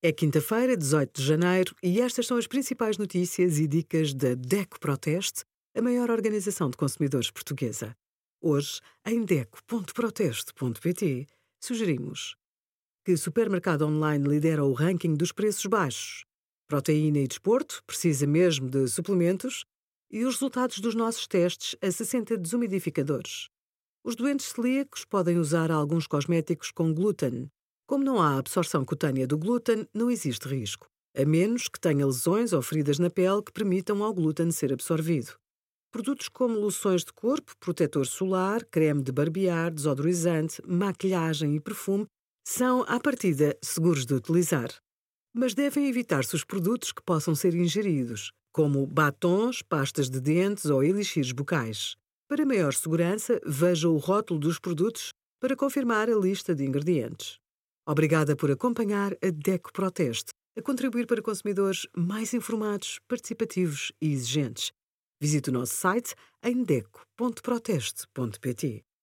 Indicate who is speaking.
Speaker 1: É quinta-feira, 18 de janeiro, e estas são as principais notícias e dicas da DECO Proteste, a maior organização de consumidores portuguesa. Hoje, em DECO.proteste.pt, sugerimos que supermercado online lidera o ranking dos preços baixos, proteína e desporto precisa mesmo de suplementos e os resultados dos nossos testes a 60 desumidificadores. Os doentes celíacos podem usar alguns cosméticos com glúten. Como não há absorção cutânea do glúten, não existe risco, a menos que tenha lesões ou feridas na pele que permitam ao glúten ser absorvido. Produtos como loções de corpo, protetor solar, creme de barbear, desodorizante, maquilhagem e perfume são, à partida, seguros de utilizar. Mas devem evitar-se os produtos que possam ser ingeridos, como batons, pastas de dentes ou elixires bucais. Para maior segurança, veja o rótulo dos produtos para confirmar a lista de ingredientes. Obrigada por acompanhar a DECO Proteste, a contribuir para consumidores mais informados, participativos e exigentes. Visite o nosso site em deco.proteste.pt.